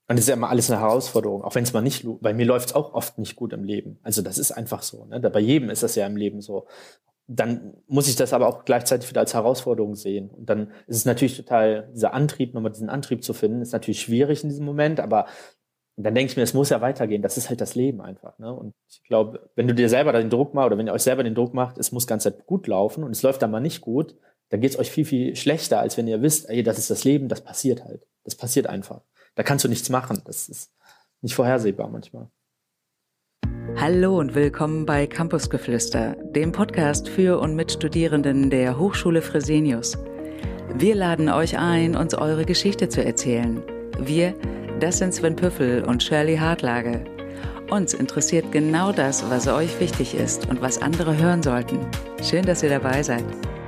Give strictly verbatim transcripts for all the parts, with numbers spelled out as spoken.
Und es ist ja immer alles eine Herausforderung, auch wenn es mal nicht, bei mir läuft es auch oft nicht gut im Leben. Also das ist einfach so, ne? Bei jedem ist das ja im Leben so. Dann muss ich das aber auch gleichzeitig wieder als Herausforderung sehen. Und dann ist es natürlich total, dieser Antrieb, nochmal diesen Antrieb zu finden, ist natürlich schwierig in diesem Moment, aber dann denke ich mir, es muss ja weitergehen. Das ist halt das Leben einfach, ne? Und ich glaube, wenn du dir selber den Druck machst oder wenn ihr euch selber den Druck macht, es muss ganz Zeit gut laufen und es läuft dann mal nicht gut, dann geht es euch viel, viel schlechter, als wenn ihr wisst, ey, das ist das Leben, das passiert halt. Das passiert einfach. Da kannst du nichts machen. Das ist nicht vorhersehbar manchmal. Hallo und willkommen bei Campusgeflüster, dem Podcast für und mit Studierenden der Hochschule Fresenius. Wir laden euch ein, uns eure Geschichte zu erzählen. Wir, das sind Sven Püffel und Shirley Hartlage. Uns interessiert genau das, was euch wichtig ist und was andere hören sollten. Schön, dass ihr dabei seid.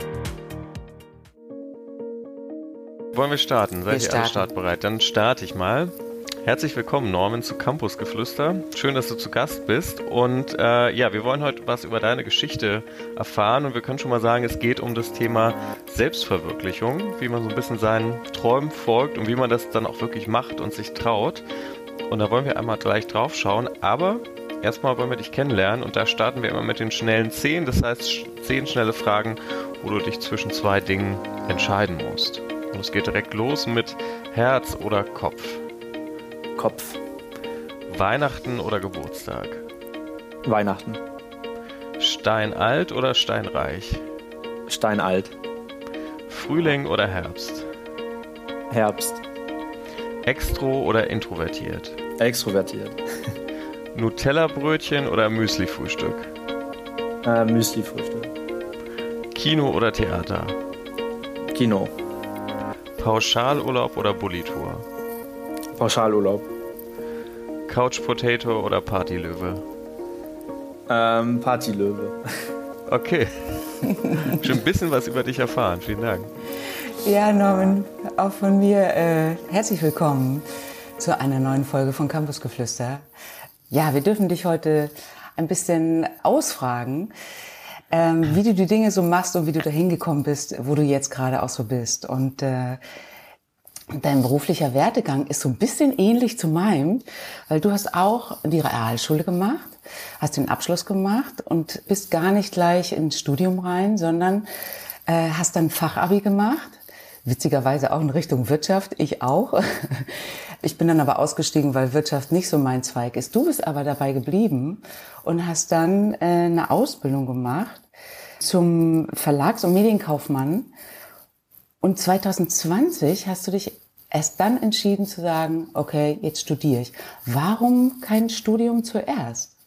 Wollen wir starten? Seid Wir ihr starten. alle startbereit? Dann starte ich mal. Herzlich willkommen, Norman, zu Campusgeflüster. Schön, dass du zu Gast bist. Und äh, ja, wir wollen heute was über deine Geschichte erfahren. Und wir können schon mal sagen, es geht um das Thema Selbstverwirklichung, wie man so ein bisschen seinen Träumen folgt und wie man das dann auch wirklich macht und sich traut. Und da wollen wir einmal gleich drauf schauen. Aber erstmal wollen wir dich kennenlernen. Und da starten wir immer mit den schnellen zehn. Das heißt, zehn schnelle Fragen, wo du dich zwischen zwei Dingen entscheiden musst. Und es geht direkt los mit Herz oder Kopf. Kopf. Weihnachten oder Geburtstag? Weihnachten. Steinalt oder steinreich? Steinalt. Frühling oder Herbst? Herbst. Extro oder introvertiert? Extrovertiert. Nutella-Brötchen oder Müsli-Frühstück? Äh, Müsli-Frühstück. Kino oder Theater? Kino. Pauschalurlaub oder Bullitour? Pauschalurlaub. Couch Potato oder Partylöwe? Ähm, Partylöwe. Okay. Schon ein bisschen was über dich erfahren. Vielen Dank. Ja, Norman, auch von mir äh, herzlich willkommen zu einer neuen Folge von Campusgeflüster. Ja, wir dürfen dich heute ein bisschen ausfragen, ähm, wie du die Dinge so machst und wie du da hingekommen bist, wo du jetzt gerade auch so bist. Und äh, dein beruflicher Werdegang ist so ein bisschen ähnlich zu meinem, weil du hast auch die Realschule gemacht, hast den Abschluss gemacht und bist gar nicht gleich ins Studium rein, sondern äh, hast dann Fachabi gemacht. Witzigerweise auch in Richtung Wirtschaft, ich auch. Ich bin dann aber ausgestiegen, weil Wirtschaft nicht so mein Zweig ist. Du bist aber dabei geblieben und hast dann äh, eine Ausbildung gemacht zum Verlags- und Medienkaufmann. Und zwanzig zwanzig hast du dich erst dann entschieden zu sagen, okay, jetzt studiere ich. Warum kein Studium zuerst?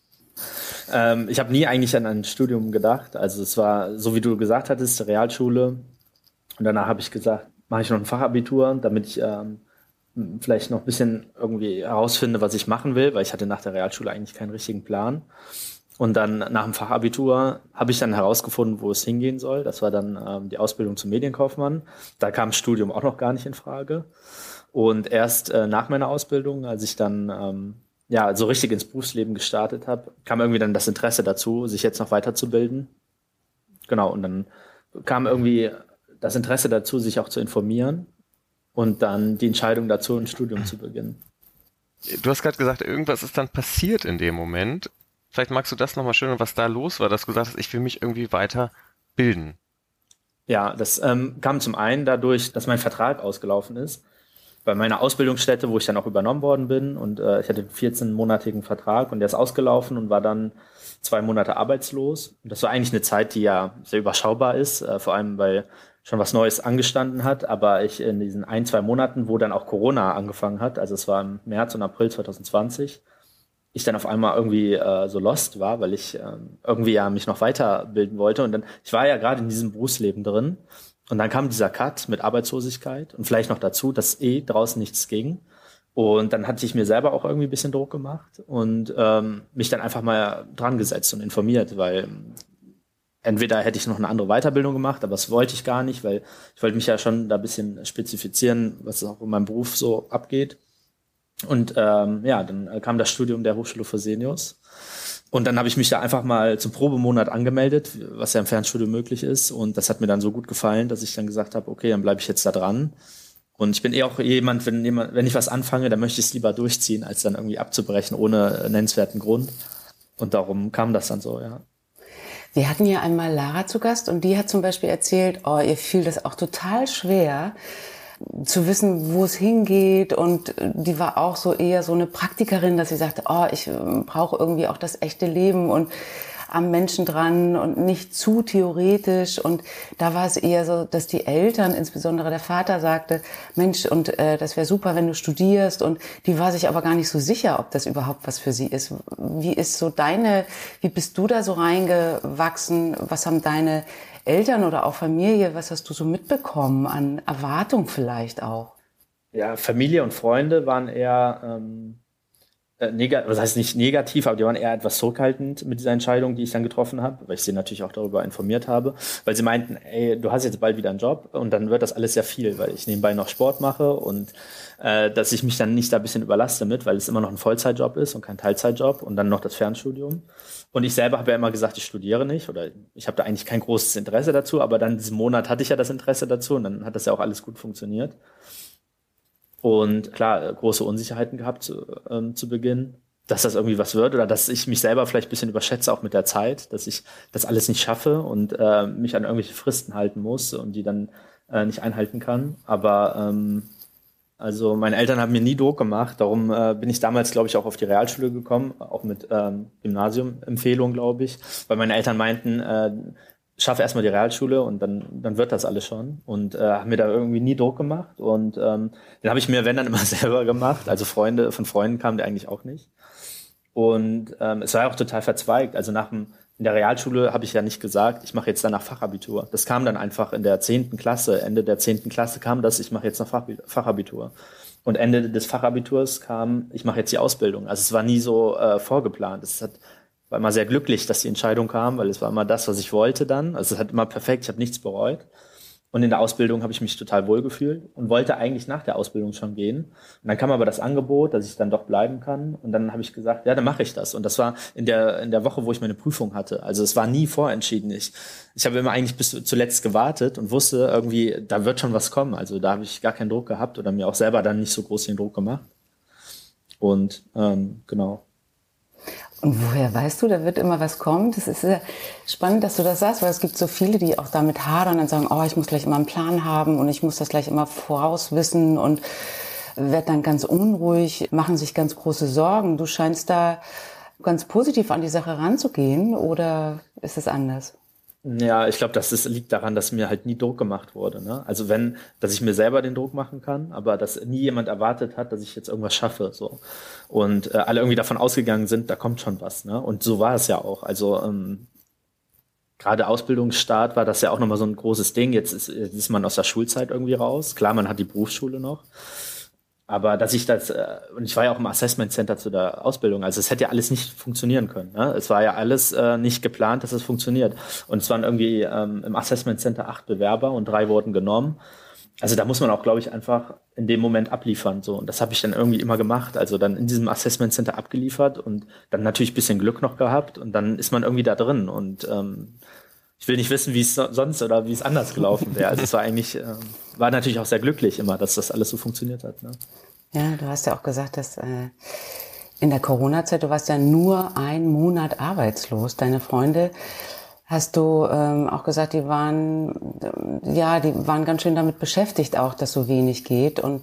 Ähm, ich habe nie eigentlich an ein Studium gedacht. Also es war, so wie du gesagt hattest, Realschule. Und danach habe ich gesagt, mache ich noch ein Fachabitur, damit ich ähm, vielleicht noch ein bisschen irgendwie herausfinde, was ich machen will, weil ich hatte nach der Realschule eigentlich keinen richtigen Plan. Und dann nach dem Fachabitur habe ich dann herausgefunden, wo es hingehen soll. Das war dann ähm, die Ausbildung zum Medienkaufmann. Da kam das Studium auch noch gar nicht in Frage. Und erst äh, nach meiner Ausbildung, als ich dann ähm, ja so richtig ins Berufsleben gestartet habe, kam irgendwie dann das Interesse dazu, sich jetzt noch weiterzubilden. Genau, und dann kam irgendwie das Interesse dazu, sich auch zu informieren und dann die Entscheidung dazu, ein Studium zu beginnen. Du hast gerade gesagt, irgendwas ist dann passiert in dem Moment. Vielleicht magst du das nochmal schön, was da los war, dass du gesagt hast, ich will mich irgendwie weiter bilden. Ja, das ähm, kam zum einen dadurch, dass mein Vertrag ausgelaufen ist. Bei meiner Ausbildungsstätte, wo ich dann auch übernommen worden bin. Und äh, ich hatte einen vierzehnmonatigen Vertrag und der ist ausgelaufen und war dann zwei Monate arbeitslos. Und das war eigentlich eine Zeit, die ja sehr überschaubar ist, äh, vor allem weil schon was Neues angestanden hat. Aber ich in diesen ein, zwei Monaten, wo dann auch Corona angefangen hat, also es war im März und April zwanzig zwanzig, ich dann auf einmal irgendwie äh, so lost war, weil ich ähm, irgendwie ja mich noch weiterbilden wollte. Und dann, ich war ja gerade in diesem Berufsleben drin. Und dann kam dieser Cut mit Arbeitslosigkeit und vielleicht noch dazu, dass eh draußen nichts ging. Und dann hatte ich mir selber auch irgendwie ein bisschen Druck gemacht und ähm, mich dann einfach mal dran gesetzt und informiert, weil entweder hätte ich noch eine andere Weiterbildung gemacht, aber das wollte ich gar nicht, weil ich wollte mich ja schon da ein bisschen spezifizieren, was auch in meinem Beruf so abgeht. Und ähm, ja, dann kam das Studium der Hochschule Fresenius. Und dann habe ich mich da einfach mal zum Probemonat angemeldet, was ja im Fernstudium möglich ist. Und das hat mir dann so gut gefallen, dass ich dann gesagt habe, okay, dann bleibe ich jetzt da dran. Und ich bin eher auch jemand, wenn, jemand, wenn ich was anfange, dann möchte ich es lieber durchziehen, als dann irgendwie abzubrechen ohne nennenswerten Grund. Und darum kam das dann so, ja. Wir hatten ja einmal Lara zu Gast und die hat zum Beispiel erzählt, oh, ihr fiel das auch total schwer, zu wissen, wo es hingeht, und die war auch so eher so eine Praktikerin, dass sie sagte, oh, ich brauche irgendwie auch das echte Leben und am Menschen dran und nicht zu theoretisch. Und da war es eher so, dass die Eltern, insbesondere der Vater, sagte, Mensch, und äh, das wäre super, wenn du studierst. Und die war sich aber gar nicht so sicher, ob das überhaupt was für sie ist. Wie ist so deine, wie bist du da so reingewachsen? Was haben deine Eltern oder auch Familie, was hast du so mitbekommen an Erwartung vielleicht auch? Ja, Familie und Freunde waren eher, ähm, äh, neg- was heißt nicht negativ, aber die waren eher etwas zurückhaltend mit dieser Entscheidung, die ich dann getroffen habe, weil ich sie natürlich auch darüber informiert habe, weil sie meinten, ey, du hast jetzt bald wieder einen Job und dann wird das alles sehr viel, weil ich nebenbei noch Sport mache und äh, dass ich mich dann nicht da ein bisschen überlaste mit, weil es immer noch ein Vollzeitjob ist und kein Teilzeitjob und dann noch das Fernstudium. Und ich selber habe ja immer gesagt, ich studiere nicht oder ich habe da eigentlich kein großes Interesse dazu, aber dann diesen Monat hatte ich ja das Interesse dazu und dann hat das ja auch alles gut funktioniert. Und klar, große Unsicherheiten gehabt zu, ähm, zu Beginn, dass das irgendwie was wird oder dass ich mich selber vielleicht ein bisschen überschätze, auch mit der Zeit, dass ich das alles nicht schaffe und äh, mich an irgendwelche Fristen halten muss und die dann äh, nicht einhalten kann. Aber ähm, also meine Eltern haben mir nie Druck gemacht, darum äh, bin ich damals, glaube ich, auch auf die Realschule gekommen, auch mit ähm, Gymnasium-Empfehlung, glaube ich, weil meine Eltern meinten, äh, schaffe erstmal die Realschule und dann dann wird das alles schon und äh, haben mir da irgendwie nie Druck gemacht und ähm, den habe ich mir, wenn, dann immer selber gemacht, also Freunde, von Freunden kam der eigentlich auch nicht und ähm, es war ja auch total verzweigt, also nach dem, in der Realschule habe ich ja nicht gesagt, ich mache jetzt danach Fachabitur, das kam dann einfach in der zehnten Klasse, Ende der zehnten Klasse kam das, ich mache jetzt noch Fach, Fachabitur und Ende des Fachabiturs kam, ich mache jetzt die Ausbildung, also es war nie so äh, vorgeplant, es hat war immer sehr glücklich, dass die Entscheidung kam, weil es war immer das, was ich wollte dann. Also es hat immer perfekt, ich habe nichts bereut. Und in der Ausbildung habe ich mich total wohl gefühlt und wollte eigentlich nach der Ausbildung schon gehen. Und dann kam aber das Angebot, dass ich dann doch bleiben kann. Und dann habe ich gesagt, ja, dann mache ich das. Und das war in der in der Woche, wo ich meine Prüfung hatte. Also es war nie vorentschieden. Ich, ich habe immer eigentlich bis zuletzt gewartet und wusste irgendwie, da wird schon was kommen. Also da habe ich gar keinen Druck gehabt oder mir auch selber dann nicht so groß den Druck gemacht. Und ähm, genau. Und woher weißt du, da wird immer was kommen? Das ist sehr spannend, dass du das sagst, weil es gibt so viele, die auch damit hadern und sagen, oh, ich muss gleich immer einen Plan haben und ich muss das gleich immer vorauswissen und werden dann ganz unruhig, machen sich ganz große Sorgen. Du scheinst da ganz positiv an die Sache ranzugehen, oder ist es anders? Ja, ich glaube, das ist, liegt daran, dass mir halt nie Druck gemacht wurde. Ne? Also wenn, dass ich mir selber den Druck machen kann, aber dass nie jemand erwartet hat, dass ich jetzt irgendwas schaffe. So. Und äh, alle irgendwie davon ausgegangen sind, da kommt schon was. Ne? Und so war es ja auch. Also ähm, gerade Ausbildungsstart war das ja auch nochmal so ein großes Ding. Jetzt ist, jetzt ist man aus der Schulzeit irgendwie raus. Klar, man hat die Berufsschule noch. Aber dass ich das, äh, und ich war ja auch im Assessment Center zu der Ausbildung, also es hätte ja alles nicht funktionieren können. Ne? Es war ja alles äh, nicht geplant, dass es funktioniert. Und es waren irgendwie ähm, im Assessment Center acht Bewerber und drei wurden genommen. Also da muss man auch, glaube ich, einfach in dem Moment abliefern. So. Und das habe ich dann irgendwie immer gemacht. Also dann in diesem Assessment Center abgeliefert und dann natürlich ein bisschen Glück noch gehabt und dann ist man irgendwie da drin. Und ähm, ich will nicht wissen, wie es so, sonst oder wie es anders gelaufen wäre. Also es war eigentlich, ähm, war natürlich auch sehr glücklich immer, dass das alles so funktioniert hat. Ne? Ja, du hast ja auch gesagt, dass äh, in der Corona-Zeit, du warst ja nur einen Monat arbeitslos. Deine Freunde, hast du ähm, auch gesagt, die waren, äh, ja, die waren ganz schön damit beschäftigt auch, dass so wenig geht. Und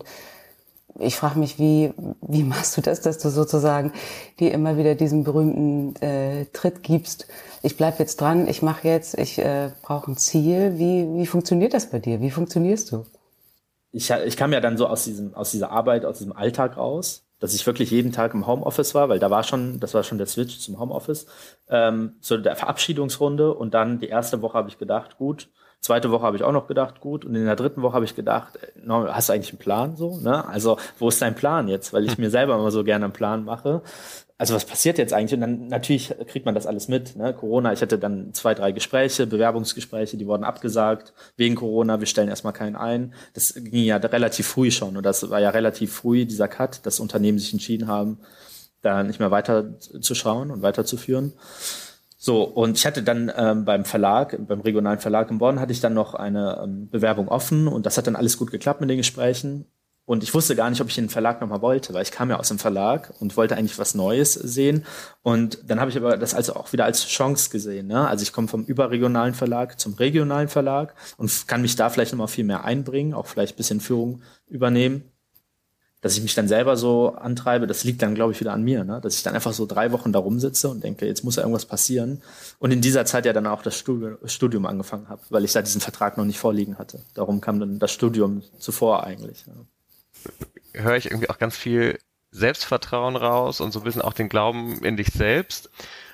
ich frage mich, wie wie machst du das, dass du sozusagen dir immer wieder diesen berühmten äh, Tritt gibst? Ich bleib jetzt dran, ich mache jetzt, ich äh, brauche ein Ziel. Wie wie funktioniert das bei dir? Wie funktionierst du? Ich, ich kam ja dann so aus diesem aus dieser Arbeit, aus diesem Alltag raus, dass ich wirklich jeden Tag im Homeoffice war, weil da war schon, das war schon der Switch zum Homeoffice, ähm, so der Verabschiedungsrunde und dann die erste Woche habe ich gedacht, gut. Zweite Woche habe ich auch noch gedacht, gut. Und in der dritten Woche habe ich gedacht, hast du eigentlich einen Plan so? Ne? Also wo ist dein Plan jetzt? Weil ich mir selber immer so gerne einen Plan mache. Also was passiert jetzt eigentlich? Und dann natürlich kriegt man das alles mit. Ne? Corona, ich hatte dann zwei, drei Gespräche, Bewerbungsgespräche, die wurden abgesagt wegen Corona. Wir stellen erstmal keinen ein. Das ging ja relativ früh schon. Und das war ja relativ früh, dieser Cut, dass Unternehmen sich entschieden haben, da nicht mehr weiter zu schauen und weiterzuführen. So, und ich hatte dann ähm, beim Verlag, beim regionalen Verlag in Bonn, hatte ich dann noch eine ähm, Bewerbung offen und das hat dann alles gut geklappt mit den Gesprächen. Und ich wusste gar nicht, ob ich in den Verlag nochmal wollte, weil ich kam ja aus dem Verlag und wollte eigentlich was Neues sehen. Und dann habe ich aber das also auch wieder als Chance gesehen. Ne? Also ich komme vom überregionalen Verlag zum regionalen Verlag und kann mich da vielleicht nochmal viel mehr einbringen, auch vielleicht ein bisschen Führung übernehmen. Dass ich mich dann selber so antreibe, das liegt dann, glaube ich, wieder an mir. Ne? Dass ich dann einfach so drei Wochen da rumsitze und denke, jetzt muss ja irgendwas passieren. Und in dieser Zeit ja dann auch das Studium angefangen habe, weil ich da diesen Vertrag noch nicht vorliegen hatte. Darum kam dann das Studium zuvor eigentlich. Ja. Höre ich irgendwie auch ganz viel Selbstvertrauen raus und so ein bisschen auch den Glauben in dich selbst.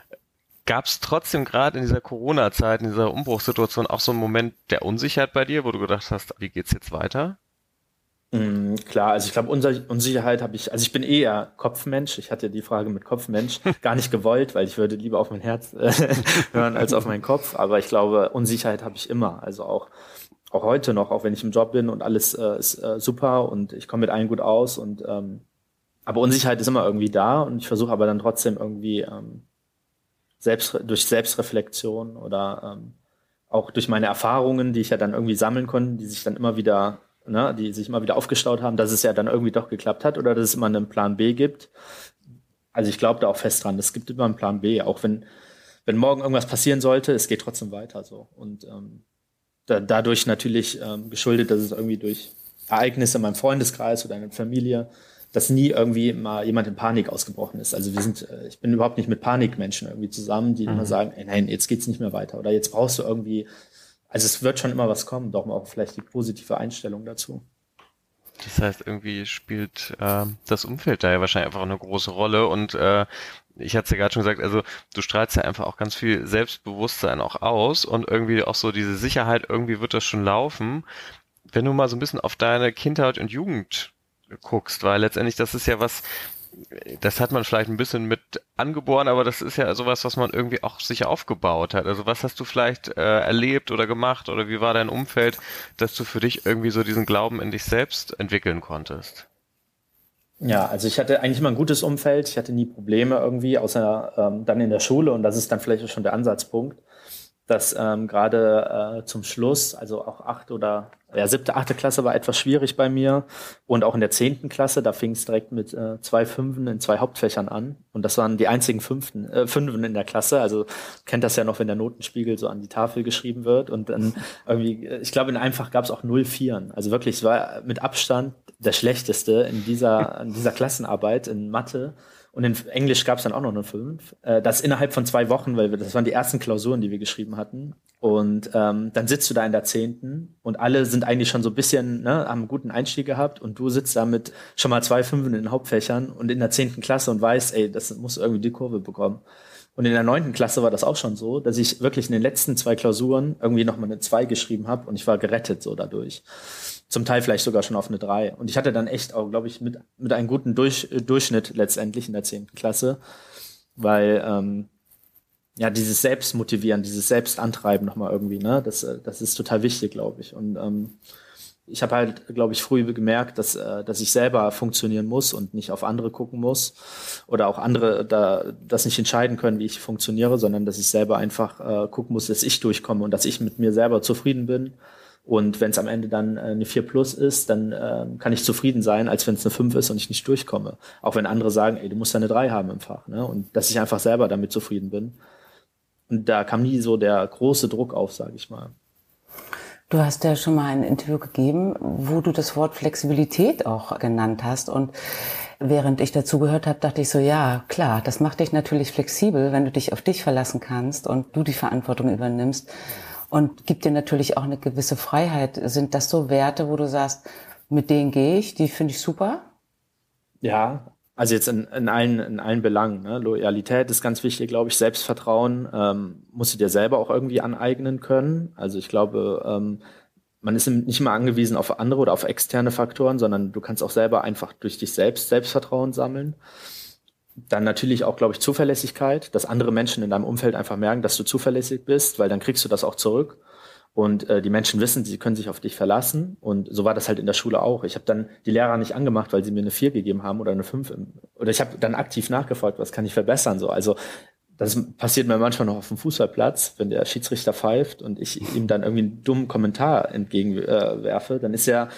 Gab es trotzdem gerade in dieser Corona-Zeit, in dieser Umbruchssituation auch so einen Moment der Unsicherheit bei dir, wo du gedacht hast, wie geht's jetzt weiter? Mm, klar, also ich glaube, Unsicherheit habe ich, also ich bin eher Kopfmensch. Ich hatte die Frage mit Kopfmensch gar nicht gewollt, weil ich würde lieber auf mein Herz äh, hören als auf meinen Kopf. Aber ich glaube, Unsicherheit habe ich immer. Also auch Auch heute noch, auch wenn ich im Job bin und alles äh, ist äh, super und ich komme mit allen gut aus und ähm, aber Unsicherheit ist immer irgendwie da und ich versuche aber dann trotzdem irgendwie ähm, selbst durch Selbstreflexion oder ähm, auch durch meine Erfahrungen, die ich ja dann irgendwie sammeln konnte, die sich dann immer wieder, ne, die sich immer wieder aufgestaut haben, dass es ja dann irgendwie doch geklappt hat oder dass es immer einen Plan B gibt. Also ich glaube da auch fest dran, es gibt immer einen Plan B, auch wenn wenn morgen irgendwas passieren sollte, es geht trotzdem weiter so und ähm, Da, dadurch natürlich ähm, geschuldet, dass es irgendwie durch Ereignisse in meinem Freundeskreis oder in der Familie, dass nie irgendwie mal jemand in Panik ausgebrochen ist. Also wir sind, äh, ich bin überhaupt nicht mit Panikmenschen irgendwie zusammen, die mhm. immer sagen, ey, nein, jetzt geht's nicht mehr weiter oder jetzt brauchst du irgendwie, also es wird schon immer was kommen, doch auch vielleicht die positive Einstellung dazu. Das heißt, irgendwie spielt äh, das Umfeld da ja wahrscheinlich einfach eine große Rolle und äh, ich hatte es ja gerade schon gesagt, also du strahlst ja einfach auch ganz viel Selbstbewusstsein auch aus und irgendwie auch so diese Sicherheit, irgendwie wird das schon laufen. Wenn du mal so ein bisschen auf deine Kindheit und Jugend guckst, weil letztendlich das ist ja was, das hat man vielleicht ein bisschen mit angeboren, aber das ist ja sowas, was man irgendwie auch sicher aufgebaut hat. Also was hast du vielleicht äh, erlebt oder gemacht oder wie war dein Umfeld, dass du für dich irgendwie so diesen Glauben in dich selbst entwickeln konntest? Ja, also ich hatte eigentlich immer ein gutes Umfeld. Ich hatte nie Probleme irgendwie, außer ähm, dann in der Schule. Und das ist dann vielleicht auch schon der Ansatzpunkt, dass ähm, gerade äh, zum Schluss, also auch achte oder ja, siebte, achte Klasse war etwas schwierig bei mir. Und auch in der zehnten Klasse, da fing es direkt mit äh, zwei Fünfen in zwei Hauptfächern an. Und das waren die einzigen Fünften, äh, Fünfen in der Klasse. Also kennt das ja noch, wenn der Notenspiegel so an die Tafel geschrieben wird. Und dann irgendwie, ich glaube, in einem Fach gab es auch null Vieren. Also wirklich, es war mit Abstand der schlechteste in dieser, in dieser Klassenarbeit in Mathe. Und in Englisch gab es dann auch noch eine fünf. Äh, das innerhalb von zwei Wochen, weil wir, das waren die ersten Klausuren, die wir geschrieben hatten. Und ähm, dann sitzt du da in der zehnten und alle sind eigentlich schon so ein bisschen, ne, haben einen guten Einstieg gehabt und du sitzt da mit schon mal zwei Fünfen in den Hauptfächern und in der zehnten Klasse und weißt, ey, das muss irgendwie die Kurve bekommen. Und in der neunten Klasse war das auch schon so, dass ich wirklich in den letzten zwei Klausuren irgendwie nochmal eine zwei geschrieben habe und ich war gerettet so dadurch. Zum Teil vielleicht sogar schon auf eine drei. Und ich hatte dann echt auch, glaube ich, mit mit einem guten Durch, Durchschnitt letztendlich in der zehnten Klasse, weil ähm, ja dieses Selbstmotivieren, dieses Selbstantreiben nochmal irgendwie, ne, das das ist total wichtig, glaube ich. Und ähm, ich habe halt, glaube ich, früh gemerkt, dass äh, dass ich selber funktionieren muss und nicht auf andere gucken muss oder auch andere da das nicht entscheiden können, wie ich funktioniere, sondern dass ich selber einfach äh, gucken muss, dass ich durchkomme und dass ich mit mir selber zufrieden bin. Und wenn es am Ende dann äh, eine vier plus ist, dann äh, kann ich zufrieden sein, als wenn es eine fünf ist und ich nicht durchkomme. Auch wenn andere sagen, ey, du musst ja eine drei haben im Fach. Ne? Und dass ich einfach selber damit zufrieden bin. Und da kam nie so der große Druck auf, sage ich mal. Du hast ja schon mal ein Interview gegeben, wo du das Wort Flexibilität auch genannt hast. Und während ich dazu gehört habe, dachte ich so, ja, klar, das macht dich natürlich flexibel, wenn du dich auf dich verlassen kannst und du die Verantwortung übernimmst. Und gibt dir natürlich auch eine gewisse Freiheit. Sind das so Werte, wo du sagst, mit denen gehe ich, die finde ich super? Ja, also jetzt in, in allen in allen Belangen. Ne? Loyalität ist ganz wichtig, glaube ich. Selbstvertrauen ähm, musst du dir selber auch irgendwie aneignen können. Also ich glaube, ähm, man ist nicht immer angewiesen auf andere oder auf externe Faktoren, sondern du kannst auch selber einfach durch dich selbst Selbstvertrauen sammeln. Dann natürlich auch, glaube ich, Zuverlässigkeit, dass andere Menschen in deinem Umfeld einfach merken, dass du zuverlässig bist, weil dann kriegst du das auch zurück. Und äh, die Menschen wissen, sie können sich auf dich verlassen. Und so war das halt in der Schule auch. Ich habe dann die Lehrer nicht angemacht, weil sie mir eine vier gegeben haben oder eine fünf. Oder ich habe dann aktiv nachgefragt, was kann ich verbessern. So, also das passiert mir manchmal noch auf dem Fußballplatz, wenn der Schiedsrichter pfeift und ich ihm dann irgendwie einen dummen Kommentar entgegenwerfe, äh, dann ist ja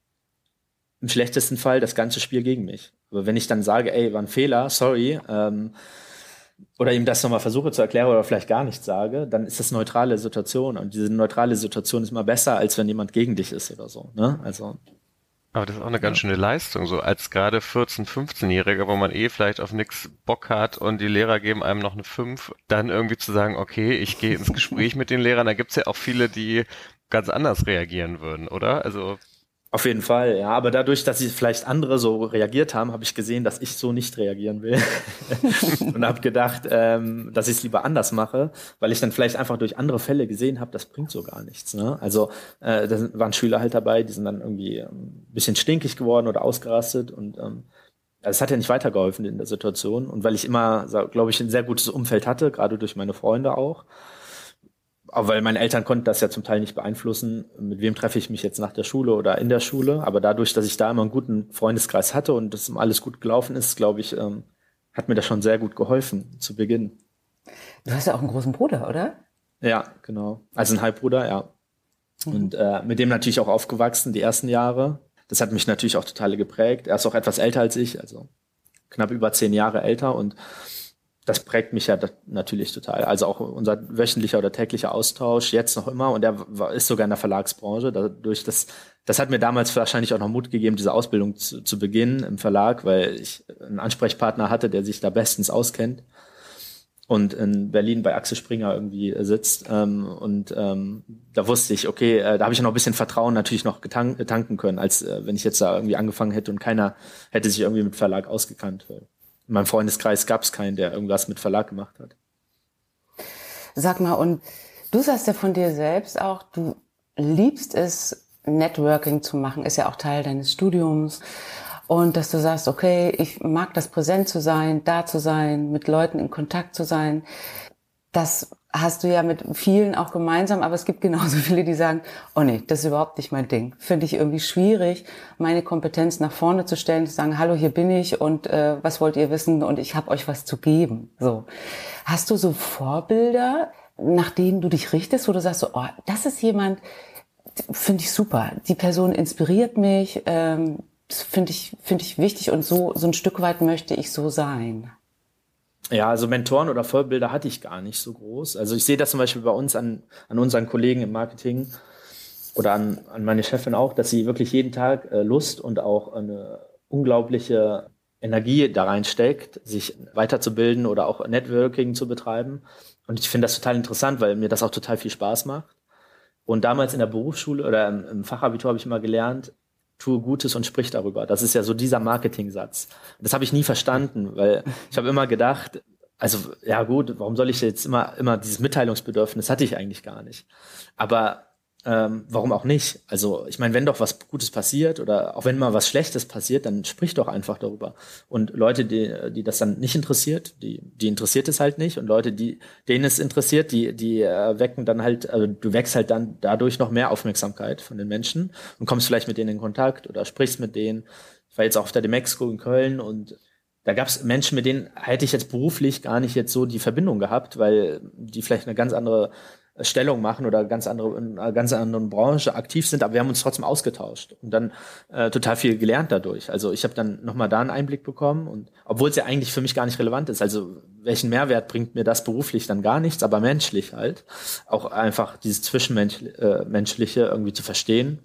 im schlechtesten Fall das ganze Spiel gegen mich. Aber wenn ich dann sage, ey, war ein Fehler, sorry, ähm, oder ihm das nochmal versuche zu erklären oder vielleicht gar nichts sage, dann ist das eine neutrale Situation. Und diese neutrale Situation ist immer besser, als wenn jemand gegen dich ist oder so. Ne? Also, aber das ist auch eine ganz ja. schöne Leistung, so als gerade vierzehn-, fünfzehnjähriger, wo man eh vielleicht auf nichts Bock hat und die Lehrer geben einem noch eine fünf, dann irgendwie zu sagen, okay, ich gehe ins Gespräch mit den Lehrern. Da gibt's ja auch viele, die ganz anders reagieren würden, oder? Also auf jeden Fall, ja. Aber dadurch, dass sie vielleicht andere so reagiert haben, habe ich gesehen, dass ich so nicht reagieren will. Und habe gedacht, ähm, dass ich es lieber anders mache, weil ich dann vielleicht einfach durch andere Fälle gesehen habe, das bringt so gar nichts. Ne? Also äh, da waren Schüler halt dabei, die sind dann irgendwie ähm, ein bisschen stinkig geworden oder ausgerastet. Und ähm, das hat ja nicht weitergeholfen in der Situation. Und weil ich immer, glaube ich, ein sehr gutes Umfeld hatte, gerade durch meine Freunde auch, aber weil meine Eltern konnten das ja zum Teil nicht beeinflussen, mit wem treffe ich mich jetzt nach der Schule oder in der Schule. Aber dadurch, dass ich da immer einen guten Freundeskreis hatte und das alles gut gelaufen ist, glaube ich, ähm, hat mir das schon sehr gut geholfen zu Beginn. Du hast ja auch einen großen Bruder, oder? Ja, genau. Also einen Halbbruder, ja. Mhm. Und äh, mit dem natürlich auch aufgewachsen, die ersten Jahre. Das hat mich natürlich auch total geprägt. Er ist auch etwas älter als ich, also knapp über zehn Jahre älter und das prägt mich ja natürlich total. Also auch unser wöchentlicher oder täglicher Austausch, jetzt noch immer. Und er war, ist sogar in der Verlagsbranche. Dadurch, das, das hat mir damals wahrscheinlich auch noch Mut gegeben, diese Ausbildung zu, zu beginnen im Verlag, weil ich einen Ansprechpartner hatte, der sich da bestens auskennt und in Berlin bei Axel Springer irgendwie sitzt. Ähm, und ähm, da wusste ich, okay, äh, da habe ich noch ein bisschen Vertrauen natürlich noch getank, tanken können, als äh, wenn ich jetzt da irgendwie angefangen hätte und keiner hätte sich irgendwie mit Verlag ausgekannt. In meinem Freundeskreis gab es keinen, der irgendwas mit Verlag gemacht hat. Sag mal, und du sagst ja von dir selbst auch, du liebst es, Networking zu machen, ist ja auch Teil deines Studiums. Und dass du sagst, okay, ich mag das, präsent zu sein, da zu sein, mit Leuten in Kontakt zu sein. Das hast du ja mit vielen auch gemeinsam, aber es gibt genauso viele, die sagen, oh nee, das ist überhaupt nicht mein Ding. Finde ich irgendwie schwierig, meine Kompetenz nach vorne zu stellen, zu sagen, hallo, hier bin ich und äh, was wollt ihr wissen und ich habe euch was zu geben. So, hast du so Vorbilder, nach denen du dich richtest, wo du sagst, so, oh, das ist jemand, finde ich super, die Person inspiriert mich, ähm, das finde ich finde ich wichtig und so so ein Stück weit möchte ich so sein. Ja, also Mentoren oder Vorbilder hatte ich gar nicht so groß. Also ich sehe das zum Beispiel bei uns an, an unseren Kollegen im Marketing oder an, an meine Chefin auch, dass sie wirklich jeden Tag äh, Lust und auch eine unglaubliche Energie da reinsteckt, sich weiterzubilden oder auch Networking zu betreiben. Und ich finde das total interessant, weil mir das auch total viel Spaß macht. Und damals in der Berufsschule oder im, im Fachabitur habe ich immer gelernt, tue Gutes und sprich darüber. Das ist ja so dieser Marketing-Satz. Das habe ich nie verstanden, weil ich habe immer gedacht, also ja gut, warum soll ich jetzt immer immer dieses Mitteilungsbedürfnis hatte ich eigentlich gar nicht. Aber ähm, warum auch nicht? Also ich meine, wenn doch was Gutes passiert oder auch wenn mal was Schlechtes passiert, dann sprich doch einfach darüber. Und Leute, die die das dann nicht interessiert, die die interessiert es halt nicht. Und Leute, die denen es interessiert, die die äh, wecken dann halt, also du wächst halt dann dadurch noch mehr Aufmerksamkeit von den Menschen und kommst vielleicht mit denen in Kontakt oder sprichst mit denen. Ich war jetzt auch auf der Demexco in Köln und da gab es Menschen, mit denen hätte ich jetzt beruflich gar nicht jetzt so die Verbindung gehabt, weil die vielleicht eine ganz andere Stellung machen oder ganz andere, in einer ganz anderen Branche aktiv sind, aber wir haben uns trotzdem ausgetauscht und dann äh, total viel gelernt dadurch. Also ich habe dann nochmal da einen Einblick bekommen und obwohl es ja eigentlich für mich gar nicht relevant ist, also welchen Mehrwert bringt mir das beruflich dann gar nichts, aber menschlich halt, auch einfach dieses Zwischenmenschliche äh, irgendwie zu verstehen.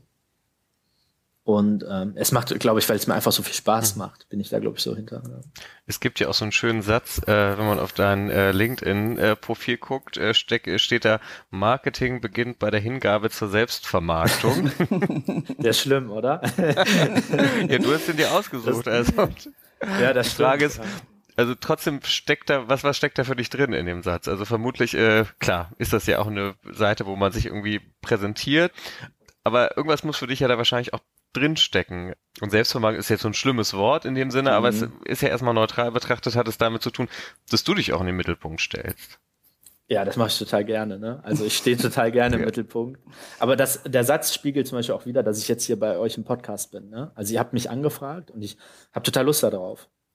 Und ähm, es macht, glaube ich, weil es mir einfach so viel Spaß macht, bin ich da, glaube ich, so hinter. Ja. Es gibt ja auch so einen schönen Satz, äh, wenn man auf dein äh, LinkedIn-Profil guckt, äh, steck, steht da, Marketing beginnt bei der Hingabe zur Selbstvermarktung. Der ist schlimm, oder? Ja, du hast den dir ausgesucht. Das, also. Ja, das Die Frage ist, also trotzdem steckt da, was, was steckt da für dich drin in dem Satz? Also vermutlich, äh, klar, ist das ja auch eine Seite, wo man sich irgendwie präsentiert, aber irgendwas muss für dich ja da wahrscheinlich auch drinstecken. Und Selbstvermarktung ist jetzt so ein schlimmes Wort in dem Sinne, mhm. aber es ist ja erstmal neutral betrachtet, hat es damit zu tun, dass du dich auch in den Mittelpunkt stellst. Ja, das mache ich total gerne. Ne? Also ich stehe total gerne im ja. Mittelpunkt. Aber das, der Satz spiegelt zum Beispiel auch wieder, dass ich jetzt hier bei euch im Podcast bin. Ne? Also ihr habt mich angefragt und ich habe total Lust darauf.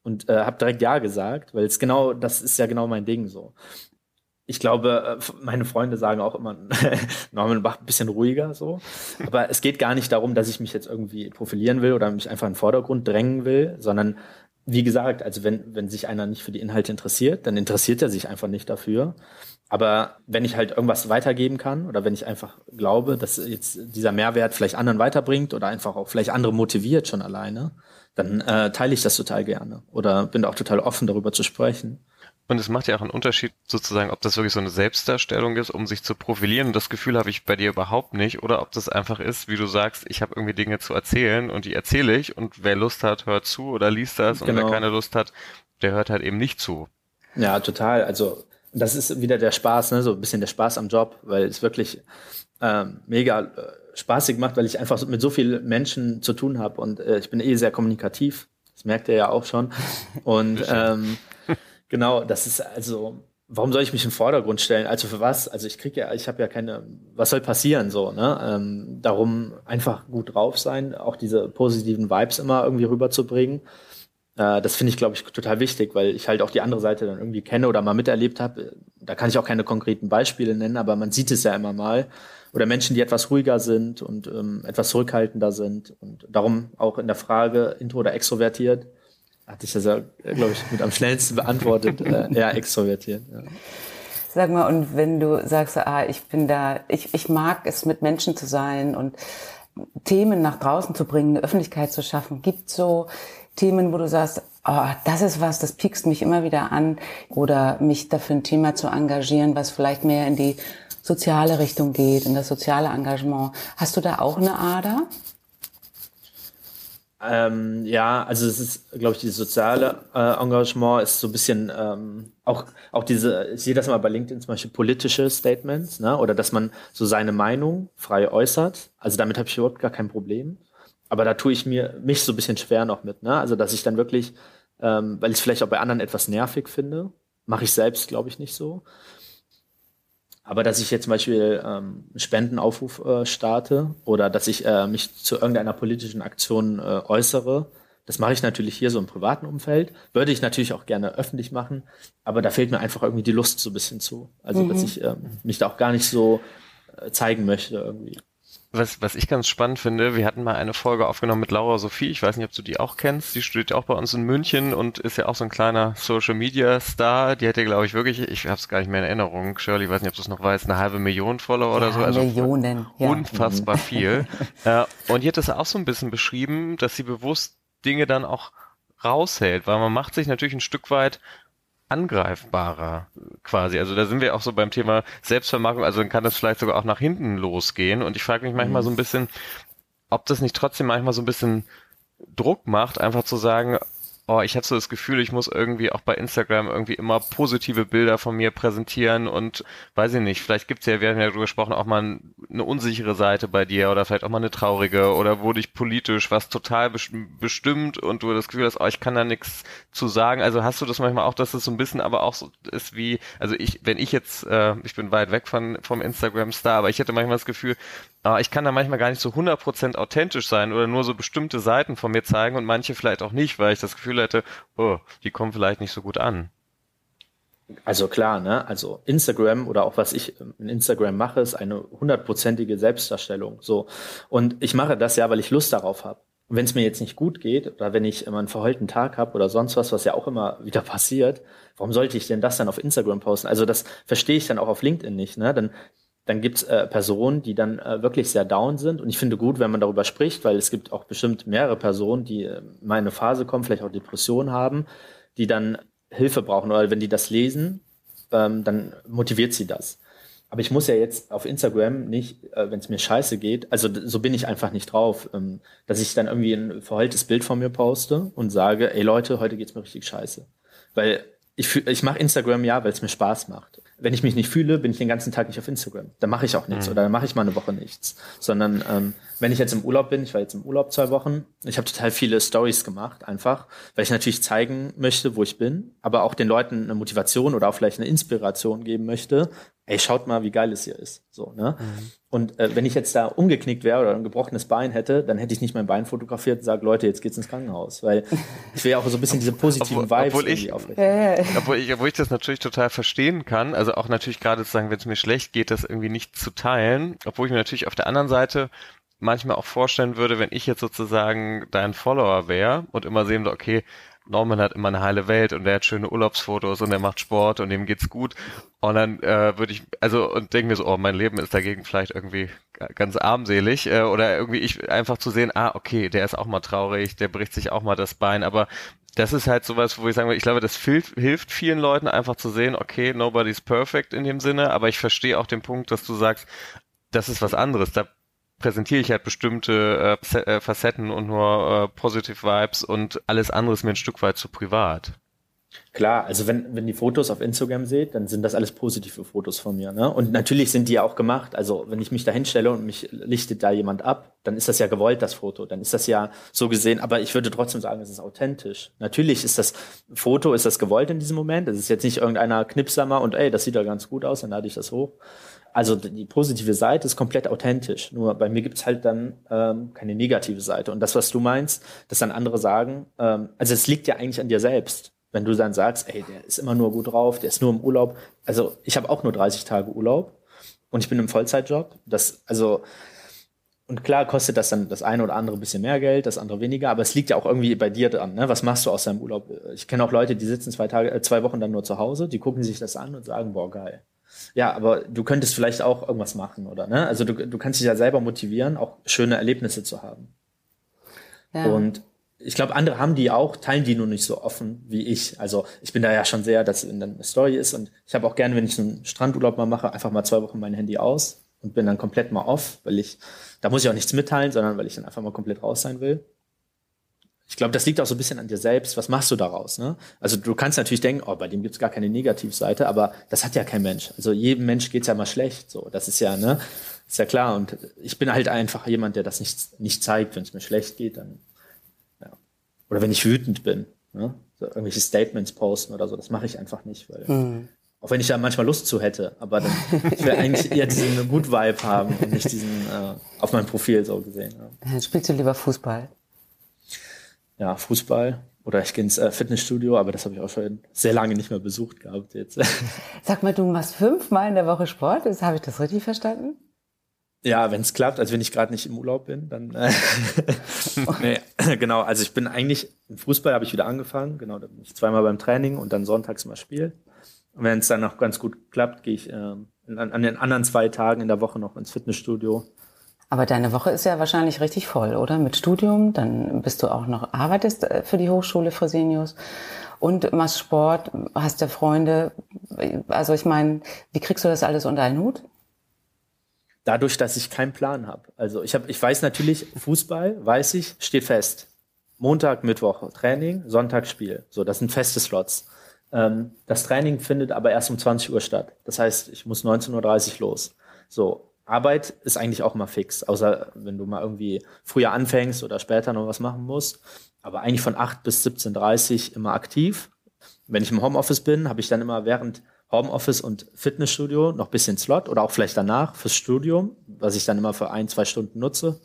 und äh, habe direkt Ja gesagt, weil es genau, das ist ja genau mein Ding so. Ich glaube, meine Freunde sagen auch immer, Norman, mach ein bisschen ruhiger so. Aber es geht gar nicht darum, dass ich mich jetzt irgendwie profilieren will oder mich einfach in den Vordergrund drängen will, sondern wie gesagt, also wenn, wenn sich einer nicht für die Inhalte interessiert, dann interessiert er sich einfach nicht dafür. Aber wenn ich halt irgendwas weitergeben kann oder wenn ich einfach glaube, dass jetzt dieser Mehrwert vielleicht anderen weiterbringt oder einfach auch vielleicht andere motiviert schon alleine, dann äh, teile ich das total gerne oder bin auch total offen, darüber zu sprechen. Und es macht ja auch einen Unterschied sozusagen, ob das wirklich so eine Selbstdarstellung ist, um sich zu profilieren. Und das Gefühl habe ich bei dir überhaupt nicht. Oder ob das einfach ist, wie du sagst, ich habe irgendwie Dinge zu erzählen und die erzähle ich. Und wer Lust hat, hört zu oder liest das. Und genau. Wer keine Lust hat, der hört halt eben nicht zu. Ja, total. Also das ist wieder der Spaß, ne? So ein bisschen der Spaß am Job, weil es wirklich ähm, mega äh, spaßig macht, weil ich einfach mit so vielen Menschen zu tun habe. Und äh, ich bin eh sehr kommunikativ. Das merkt ihr ja auch schon. Und ähm, genau, das ist also, warum soll ich mich im Vordergrund stellen? Also für was? Also ich kriege ja, ich habe ja keine, was soll passieren so, ne? Ähm, darum einfach gut drauf sein, auch diese positiven Vibes immer irgendwie rüberzubringen. Äh, das finde ich, glaube ich, total wichtig, weil ich halt auch die andere Seite dann irgendwie kenne oder mal miterlebt habe. Da kann ich auch keine konkreten Beispiele nennen, aber man sieht es ja immer mal. Oder Menschen, die etwas ruhiger sind und ähm, etwas zurückhaltender sind. Und darum auch in der Frage, intro oder extrovertiert, hatte ich das ja, glaube ich, mit am schnellsten beantwortet, äh, eher extrovertiert. Ja. Sag mal, und wenn du sagst, ah, ich bin da, ich, ich mag es, mit Menschen zu sein und Themen nach draußen zu bringen, eine Öffentlichkeit zu schaffen, gibt es so Themen, wo du sagst, oh, das ist was, das piekst mich immer wieder an, oder mich dafür ein Thema zu engagieren, was vielleicht mehr in die soziale Richtung geht, in das soziale Engagement. Hast du da auch eine Ader? Ähm, ja, also es ist, glaube ich, dieses soziale äh, Engagement ist so ein bisschen ähm, auch auch diese, ich sehe das mal bei LinkedIn zum Beispiel, politische Statements, ne, oder dass man so seine Meinung frei äußert. Also damit habe ich überhaupt gar kein Problem. Aber da tue ich mir mich so ein bisschen schwer noch mit, ne? Also dass ich dann wirklich, ähm, weil ich es vielleicht auch bei anderen etwas nervig finde, mache ich selbst, glaube ich, nicht so. Aber dass ich jetzt zum Beispiel ähm, einen Spendenaufruf äh, starte oder dass ich äh, mich zu irgendeiner politischen Aktion äh, äußere, das mache ich natürlich hier so im privaten Umfeld. Würde ich natürlich auch gerne öffentlich machen, aber da fehlt mir einfach irgendwie die Lust so ein bisschen zu. Also mhm. dass ich ähm, mich da auch gar nicht so äh, zeigen möchte irgendwie. Was, was ich ganz spannend finde, wir hatten mal eine Folge aufgenommen mit Laura Sophie, ich weiß nicht, ob du die auch kennst, die studiert auch bei uns in München und ist ja auch so ein kleiner Social-Media-Star, die hätte, glaube ich, wirklich, ich habe es gar nicht mehr in Erinnerung, Shirley, ich weiß nicht, ob du es noch weißt, eine halbe Million Follower ja, oder so, also Millionen, ja. Unfassbar viel. äh, und die hat das auch so ein bisschen beschrieben, dass sie bewusst Dinge dann auch raushält, weil man macht sich natürlich ein Stück weit angreifbarer quasi. Also da sind wir auch so beim Thema Selbstvermarktung, also dann kann das vielleicht sogar auch nach hinten losgehen und ich frage mich manchmal so ein bisschen, ob das nicht trotzdem manchmal so ein bisschen Druck macht, einfach zu sagen, oh, ich habe so das Gefühl, ich muss irgendwie auch bei Instagram irgendwie immer positive Bilder von mir präsentieren und weiß ich nicht, vielleicht gibt's ja, wir haben ja darüber gesprochen, auch mal eine unsichere Seite bei dir oder vielleicht auch mal eine traurige oder wo dich politisch was total bestimmt und du das Gefühl hast, oh, ich kann da nichts zu sagen. Also hast du das manchmal auch, dass es so ein bisschen aber auch so ist wie, also ich, wenn ich jetzt, äh, ich bin weit weg von vom Instagram-Star, aber ich hätte manchmal das Gefühl, oh, ich kann da manchmal gar nicht so hundert Prozent authentisch sein oder nur so bestimmte Seiten von mir zeigen und manche vielleicht auch nicht, weil ich das Gefühl hätte, oh, die kommen vielleicht nicht so gut an. Also klar, ne? Also Instagram oder auch was ich in Instagram mache, ist eine hundertprozentige Selbstdarstellung. So. Und ich mache das ja, weil ich Lust darauf habe. Und wenn es mir jetzt nicht gut geht oder wenn ich immer einen verheulten Tag habe oder sonst was, was ja auch immer wieder passiert, warum sollte ich denn das dann auf Instagram posten? Also das verstehe ich dann auch auf LinkedIn nicht, ne? Dann Dann gibt's äh, Personen, die dann äh, wirklich sehr down sind. Und ich finde gut, wenn man darüber spricht, weil es gibt auch bestimmt mehrere Personen, die äh, mal in eine Phase kommen, vielleicht auch Depressionen haben, die dann Hilfe brauchen. Oder wenn die das lesen, ähm, dann motiviert sie das. Aber ich muss ja jetzt auf Instagram nicht, äh, wenn es mir scheiße geht, also so bin ich einfach nicht drauf, ähm, dass ich dann irgendwie ein verheultes Bild von mir poste und sage, ey Leute, heute geht's mir richtig scheiße. Weil ich, ich mache Instagram ja, weil es mir Spaß macht. Wenn ich mich nicht fühle, bin ich den ganzen Tag nicht auf Instagram. Dann mache ich auch nichts mhm. oder dann mache ich mal eine Woche nichts. Sondern ähm, wenn ich jetzt im Urlaub bin, ich war jetzt im Urlaub zwei Wochen, ich habe total viele Stories gemacht, einfach, weil ich natürlich zeigen möchte, wo ich bin, aber auch den Leuten eine Motivation oder auch vielleicht eine Inspiration geben möchte, ey, schaut mal, wie geil es hier ist. So, ne? Mhm. Und äh, wenn ich jetzt da umgeknickt wäre oder ein gebrochenes Bein hätte, dann hätte ich nicht mein Bein fotografiert und gesagt, Leute, jetzt geht's ins Krankenhaus. Weil ich will ja auch so ein bisschen diese positiven obwohl, Vibes obwohl irgendwie ich, aufrechnen. Obwohl ich, obwohl ich das natürlich total verstehen kann, also auch natürlich gerade zu sagen, wenn es mir schlecht geht, das irgendwie nicht zu teilen, obwohl ich mir natürlich auf der anderen Seite manchmal auch vorstellen würde, wenn ich jetzt sozusagen dein Follower wäre und immer sehen würde, okay, Norman hat immer eine heile Welt und der hat schöne Urlaubsfotos und der macht Sport und dem geht's gut. Und dann äh, würde ich, also und denke mir so, oh, mein Leben ist dagegen vielleicht irgendwie ganz armselig äh, oder irgendwie ich einfach zu sehen, ah, okay, der ist auch mal traurig, der bricht sich auch mal das Bein, aber das ist halt sowas, wo ich sagen würde, ich glaube, das hilft, hilft vielen Leuten einfach zu sehen, okay, nobody's perfect in dem Sinne, aber ich verstehe auch den Punkt, dass du sagst, das ist was anderes, da präsentiere ich halt bestimmte äh, Facetten und nur äh, Positive Vibes und alles andere ist mir ein Stück weit zu privat. Klar, also wenn, wenn die Fotos auf Instagram seht, dann sind das alles positive Fotos von mir, ne? Und natürlich sind die ja auch gemacht, also wenn ich mich da hinstelle und mich lichtet da jemand ab, dann ist das ja gewollt, das Foto, dann ist das ja so gesehen, aber ich würde trotzdem sagen, es ist authentisch. Natürlich ist das Foto, ist das gewollt in diesem Moment, es ist jetzt nicht irgendeiner Knipsamer und ey, das sieht ja ganz gut aus, dann lade ich das hoch. Also die positive Seite ist komplett authentisch. Nur bei mir gibt's halt dann ähm, keine negative Seite. Und das, was du meinst, dass dann andere sagen, ähm, also es liegt ja eigentlich an dir selbst. Wenn du dann sagst, ey, der ist immer nur gut drauf, der ist nur im Urlaub. Also ich habe auch nur dreißig Tage Urlaub und ich bin im Vollzeitjob. Das, also, und klar kostet das dann das eine oder andere ein bisschen mehr Geld, das andere weniger, aber es liegt ja auch irgendwie bei dir dran, ne? Was machst du aus deinem Urlaub? Ich kenne auch Leute, die sitzen zwei Tage, äh, zwei Wochen dann nur zu Hause, die gucken sich das an und sagen, boah, geil. Ja, aber du könntest vielleicht auch irgendwas machen, oder? Ne? Also du, du kannst dich ja selber motivieren, auch schöne Erlebnisse zu haben. Ja. Und ich glaube, andere haben die auch, teilen die nur nicht so offen wie ich. Also ich bin da ja schon sehr, dass wenn dann eine Story ist und ich habe auch gerne, wenn ich so einen Strandurlaub mal mache, einfach mal zwei Wochen mein Handy aus und bin dann komplett mal off, weil ich, da muss ich auch nichts mitteilen, sondern weil ich dann einfach mal komplett raus sein will. Ich glaube, das liegt auch so ein bisschen an dir selbst. Was machst du daraus? Ne? Also du kannst natürlich denken, oh, bei dem gibt's gar keine Negativseite, aber das hat ja kein Mensch. Also jedem Mensch geht's ja mal schlecht. So, das ist ja, ne, ist ja klar. Und ich bin halt einfach jemand, der das nicht nicht zeigt. Wenn es mir schlecht geht, dann ja. Oder wenn ich wütend bin, ne? So irgendwelche Statements posten oder so, das mache ich einfach nicht, weil mhm. auch wenn ich da manchmal Lust zu hätte, aber dann ich will eigentlich eher diesen Good Vibe haben und nicht diesen äh, auf meinem Profil so gesehen. Ja. Spielst du lieber Fußball? Ja, Fußball oder ich gehe ins äh, Fitnessstudio, aber das habe ich auch schon sehr lange nicht mehr besucht gehabt jetzt. Sag mal, du machst fünfmal in der Woche Sport, das, habe ich das richtig verstanden? Ja, wenn es klappt, also wenn ich gerade nicht im Urlaub bin, dann äh, nee, genau, also ich bin eigentlich, im Fußball habe ich wieder angefangen, genau, da bin ich zweimal beim Training und dann sonntags mal Spiel. Und wenn es dann noch ganz gut klappt, gehe ich äh, an, an den anderen zwei Tagen in der Woche noch ins Fitnessstudio. Aber deine Woche ist ja wahrscheinlich richtig voll, oder? Mit Studium, dann bist du auch noch, arbeitest für die Hochschule Fresenius und machst Sport, hast ja Freunde. Also ich meine, wie kriegst du das alles unter einen Hut? Dadurch, dass ich keinen Plan habe. Also ich habe, ich weiß natürlich, Fußball, weiß ich, steht fest. Montag, Mittwoch Training, Sonntag Spiel. So, das sind feste Slots. Ähm, das Training findet aber erst um zwanzig Uhr statt. Das heißt, ich muss neunzehn Uhr dreißig los. So. Arbeit ist eigentlich auch immer fix, außer wenn du mal irgendwie früher anfängst oder später noch was machen musst. Aber eigentlich von acht bis siebzehn Uhr dreißig immer aktiv. Wenn ich im Homeoffice bin, habe ich dann immer während Homeoffice und Fitnessstudio noch ein bisschen Slot oder auch vielleicht danach fürs Studium, was ich dann immer für ein, zwei Stunden nutze.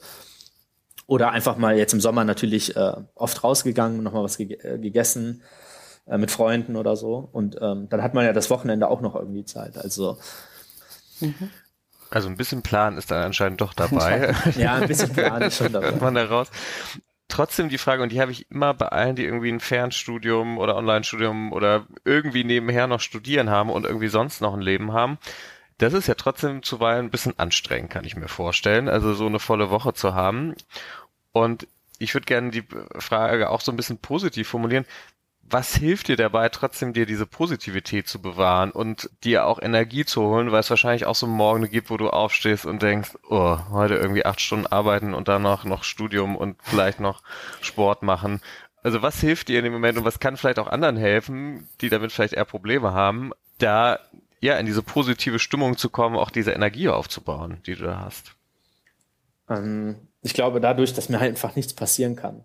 Oder einfach mal jetzt im Sommer natürlich äh, oft rausgegangen, nochmal was ge- äh, gegessen äh, mit Freunden oder so. Und ähm, dann hat man ja das Wochenende auch noch irgendwie Zeit. Also mhm. Also ein bisschen Plan ist dann anscheinend doch dabei. Ja, ein bisschen Plan ist schon dabei. Man da raus. Trotzdem die Frage, und die habe ich immer bei allen, die irgendwie ein Fernstudium oder Online-Studium oder irgendwie nebenher noch studieren haben und irgendwie sonst noch ein Leben haben, das ist ja trotzdem zuweilen ein bisschen anstrengend, kann ich mir vorstellen, also so eine volle Woche zu haben. Und ich würde gerne die Frage auch so ein bisschen positiv formulieren. Was hilft dir dabei, trotzdem dir diese Positivität zu bewahren und dir auch Energie zu holen, weil es wahrscheinlich auch so Morgen gibt, wo du aufstehst und denkst, oh, heute irgendwie acht Stunden arbeiten und dann noch, noch Studium und vielleicht noch Sport machen. Also was hilft dir in dem Moment und was kann vielleicht auch anderen helfen, die damit vielleicht eher Probleme haben, da ja in diese positive Stimmung zu kommen, auch diese Energie aufzubauen, die du da hast? Ähm, ich glaube dadurch, dass mir halt einfach nichts passieren kann.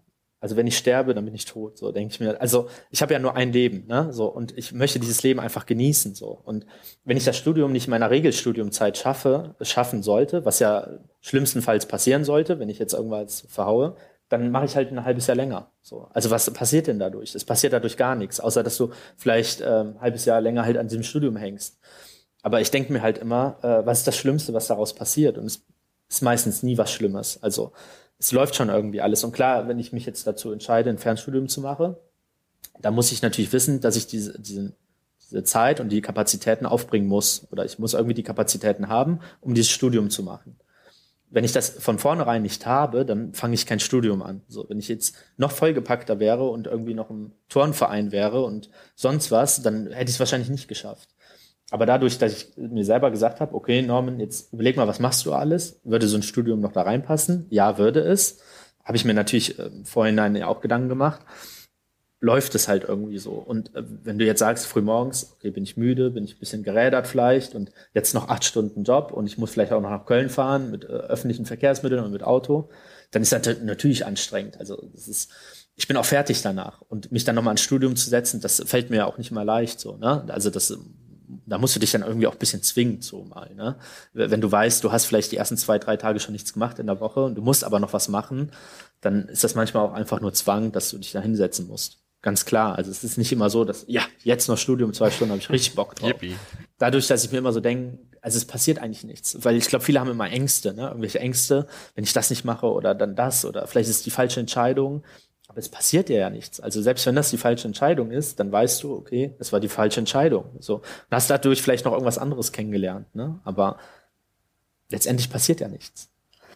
Also wenn ich sterbe, dann bin ich tot, so denke ich mir. Also ich habe ja nur ein Leben, ne? So, und ich möchte dieses Leben einfach genießen, so. Und wenn ich das Studium nicht in meiner Regelstudiumzeit schaffe, schaffen sollte, was ja schlimmstenfalls passieren sollte, wenn ich jetzt irgendwas verhaue, dann mache ich halt ein halbes Jahr länger. So. Also was passiert denn dadurch? Es passiert dadurch gar nichts, außer dass du vielleicht ähm, ein halbes Jahr länger halt an diesem Studium hängst. Aber ich denke mir halt immer, äh, was ist das Schlimmste, was daraus passiert? Und es ist meistens nie was Schlimmes. Also es läuft schon irgendwie alles. Und klar, wenn ich mich jetzt dazu entscheide, ein Fernstudium zu machen, dann muss ich natürlich wissen, dass ich diese, diese, diese Zeit und die Kapazitäten aufbringen muss. Oder ich muss irgendwie die Kapazitäten haben, um dieses Studium zu machen. Wenn ich das von vornherein nicht habe, dann fange ich kein Studium an. So, wenn ich jetzt noch vollgepackter wäre und irgendwie noch im Turnverein wäre und sonst was, dann hätte ich es wahrscheinlich nicht geschafft. Aber dadurch, dass ich mir selber gesagt habe, okay, Norman, jetzt überleg mal, was machst du alles? Würde so ein Studium noch da reinpassen? Ja, würde es. Habe ich mir natürlich äh, vorhin auch Gedanken gemacht. Läuft es halt irgendwie so. Und äh, wenn du jetzt sagst, frühmorgens, okay, bin ich müde, bin ich ein bisschen gerädert vielleicht und jetzt noch acht Stunden Job und ich muss vielleicht auch noch nach Köln fahren mit äh, öffentlichen Verkehrsmitteln und mit Auto, dann ist das natürlich anstrengend. Also das ist, ich bin auch fertig danach. Und mich dann nochmal ins Studium zu setzen, das fällt mir ja auch nicht mal leicht so, ne? Also das da musst du dich dann irgendwie auch ein bisschen zwingen, so mal, ne? Wenn du weißt, du hast vielleicht die ersten zwei, drei Tage schon nichts gemacht in der Woche und du musst aber noch was machen, dann ist das manchmal auch einfach nur Zwang, dass du dich da hinsetzen musst. Ganz klar. Also es ist nicht immer so, dass, ja, jetzt noch Studium, zwei Stunden, habe ich richtig Bock drauf. Yippie. Dadurch, dass ich mir immer so denke, also es passiert eigentlich nichts. Weil ich glaube, viele haben immer Ängste, ne? Irgendwelche Ängste, wenn ich das nicht mache oder dann das oder vielleicht ist es die falsche Entscheidung. Aber es passiert dir ja nichts. Also selbst wenn das die falsche Entscheidung ist, dann weißt du, okay, das war die falsche Entscheidung. So, und hast dadurch vielleicht noch irgendwas anderes kennengelernt, ne? Aber letztendlich passiert ja nichts.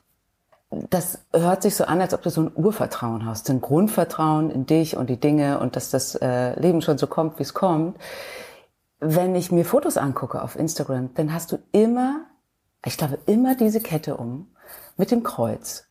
Das hört sich so an, als ob du so ein Urvertrauen hast, ein Grundvertrauen in dich und die Dinge und dass das äh, Leben schon so kommt, wie es kommt. Wenn ich mir Fotos angucke auf Instagram, dann hast du immer, ich glaube, immer diese Kette um mit dem Kreuz.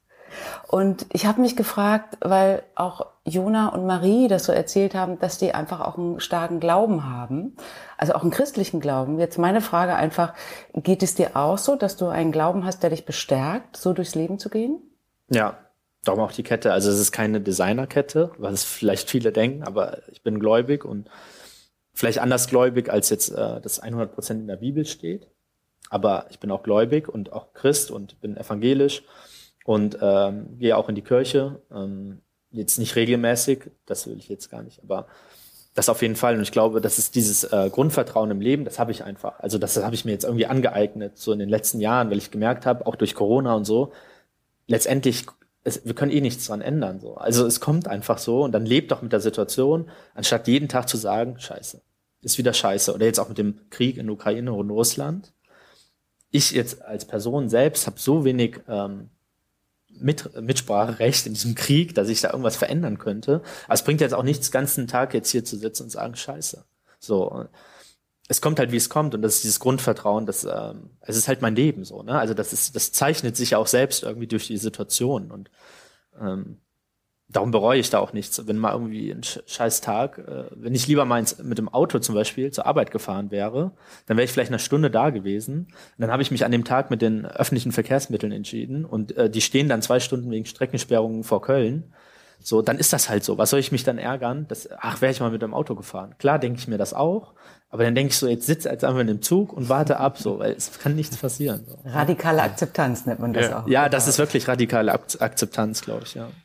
Und ich habe mich gefragt, weil auch Jona und Marie das so erzählt haben, dass die einfach auch einen starken Glauben haben, also auch einen christlichen Glauben. Jetzt meine Frage einfach, geht es dir auch so, dass du einen Glauben hast, der dich bestärkt, so durchs Leben zu gehen? Ja, darum auch die Kette. Also es ist keine Designerkette, was es vielleicht viele denken, aber ich bin gläubig und vielleicht andersgläubig, als jetzt äh, das hundert Prozent in der Bibel steht. Aber ich bin auch gläubig und auch Christ und bin evangelisch. Und ähm, gehe auch in die Kirche, ähm, jetzt nicht regelmäßig, das will ich jetzt gar nicht, aber das auf jeden Fall. Und ich glaube, das ist dieses äh, Grundvertrauen im Leben, das habe ich einfach. Also das habe ich mir jetzt irgendwie angeeignet, so in den letzten Jahren, weil ich gemerkt habe, auch durch Corona und so, letztendlich, es, wir können eh nichts dran ändern. So. Also es kommt einfach so und dann lebt doch mit der Situation, anstatt jeden Tag zu sagen, scheiße, ist wieder scheiße. Oder jetzt auch mit dem Krieg in der Ukraine und Russland. Ich jetzt als Person selbst habe so wenig ähm, Mit, Mitspracherecht in diesem Krieg, dass ich da irgendwas verändern könnte. Aber es bringt jetzt auch nichts, den ganzen Tag jetzt hier zu sitzen und sagen, scheiße. So, es kommt halt, wie es kommt und das ist dieses Grundvertrauen, das, ähm, es ist halt mein Leben so, ne? Also das ist, das zeichnet sich ja auch selbst irgendwie durch die Situation und ähm, darum bereue ich da auch nichts. Wenn mal irgendwie ein scheiß Tag, äh, wenn ich lieber mal ins, mit dem Auto zum Beispiel zur Arbeit gefahren wäre, dann wäre ich vielleicht eine Stunde da gewesen. Und dann habe ich mich an dem Tag mit den öffentlichen Verkehrsmitteln entschieden und äh, die stehen dann zwei Stunden wegen Streckensperrungen vor Köln. So, dann ist das halt so. Was soll ich mich dann ärgern? Dass, ach, wäre ich mal mit dem Auto gefahren. Klar denke ich mir das auch, aber dann denke ich so, jetzt sitze jetzt einfach in dem Zug und warte ab, so, weil es kann nichts passieren. So. Radikale Akzeptanz nennt man das ja. auch. Ja, das ist wirklich radikale Akzeptanz, glaube ich, ja.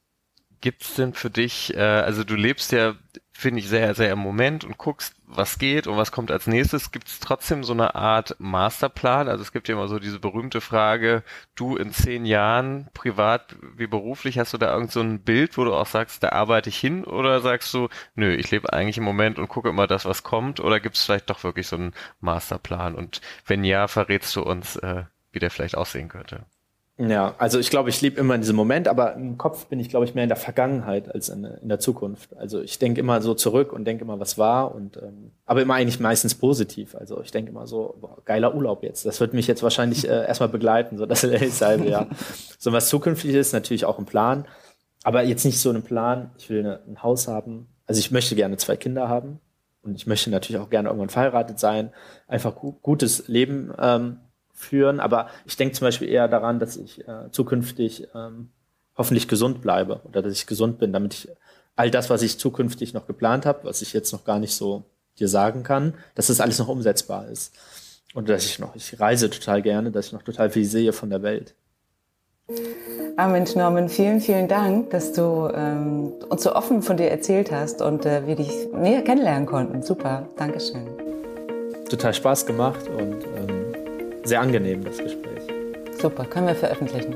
Gibt's denn für dich, äh, also du lebst ja, finde ich, sehr, sehr im Moment und guckst, was geht und was kommt als nächstes. Gibt's trotzdem so eine Art Masterplan? Also es gibt ja immer so diese berühmte Frage, du in zehn Jahren, privat wie beruflich, hast du da irgend so ein Bild, wo du auch sagst, da arbeite ich hin? Oder sagst du, nö, ich lebe eigentlich im Moment und gucke immer das, was kommt? Oder gibt's vielleicht doch wirklich so einen Masterplan? Und wenn ja, verrätst du uns, äh, wie der vielleicht aussehen könnte? Ja, also ich glaube, ich lebe immer in diesem Moment, aber im Kopf bin ich, glaube ich, mehr in der Vergangenheit als in, in der Zukunft. Also ich denke immer so zurück und denke immer, was war und ähm, aber immer eigentlich meistens positiv. Also ich denke immer so, boah, geiler Urlaub jetzt. Das wird mich jetzt wahrscheinlich äh, erstmal begleiten, so das halbe Jahr. So was Zukünftiges ist natürlich auch ein Plan, aber jetzt nicht so ein Plan, ich will eine, ein Haus haben. Also ich möchte gerne zwei Kinder haben und ich möchte natürlich auch gerne irgendwann verheiratet sein, einfach gu- gutes Leben ähm, führen, aber ich denke zum Beispiel eher daran, dass ich äh, zukünftig ähm, hoffentlich gesund bleibe oder dass ich gesund bin, damit ich all das, was ich zukünftig noch geplant habe, was ich jetzt noch gar nicht so dir sagen kann, dass das alles noch umsetzbar ist. Und dass ich noch, ich reise total gerne, dass ich noch total viel sehe von der Welt. Ah, Mensch, Norman, vielen, vielen Dank, dass du ähm, uns so offen von dir erzählt hast und äh, wir dich näher kennenlernen konnten. Super, Dankeschön. Total Spaß gemacht und ähm, sehr angenehm, das Gespräch. Super, können wir veröffentlichen.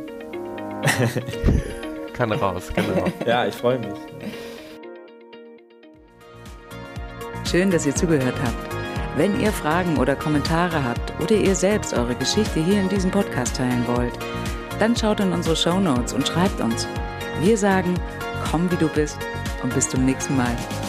Kann raus, genau. Ja, ich freue mich. Schön, dass ihr zugehört habt. Wenn ihr Fragen oder Kommentare habt oder ihr selbst eure Geschichte hier in diesem Podcast teilen wollt, dann schaut in unsere Shownotes und schreibt uns. Wir sagen, komm wie du bist und bis zum nächsten Mal.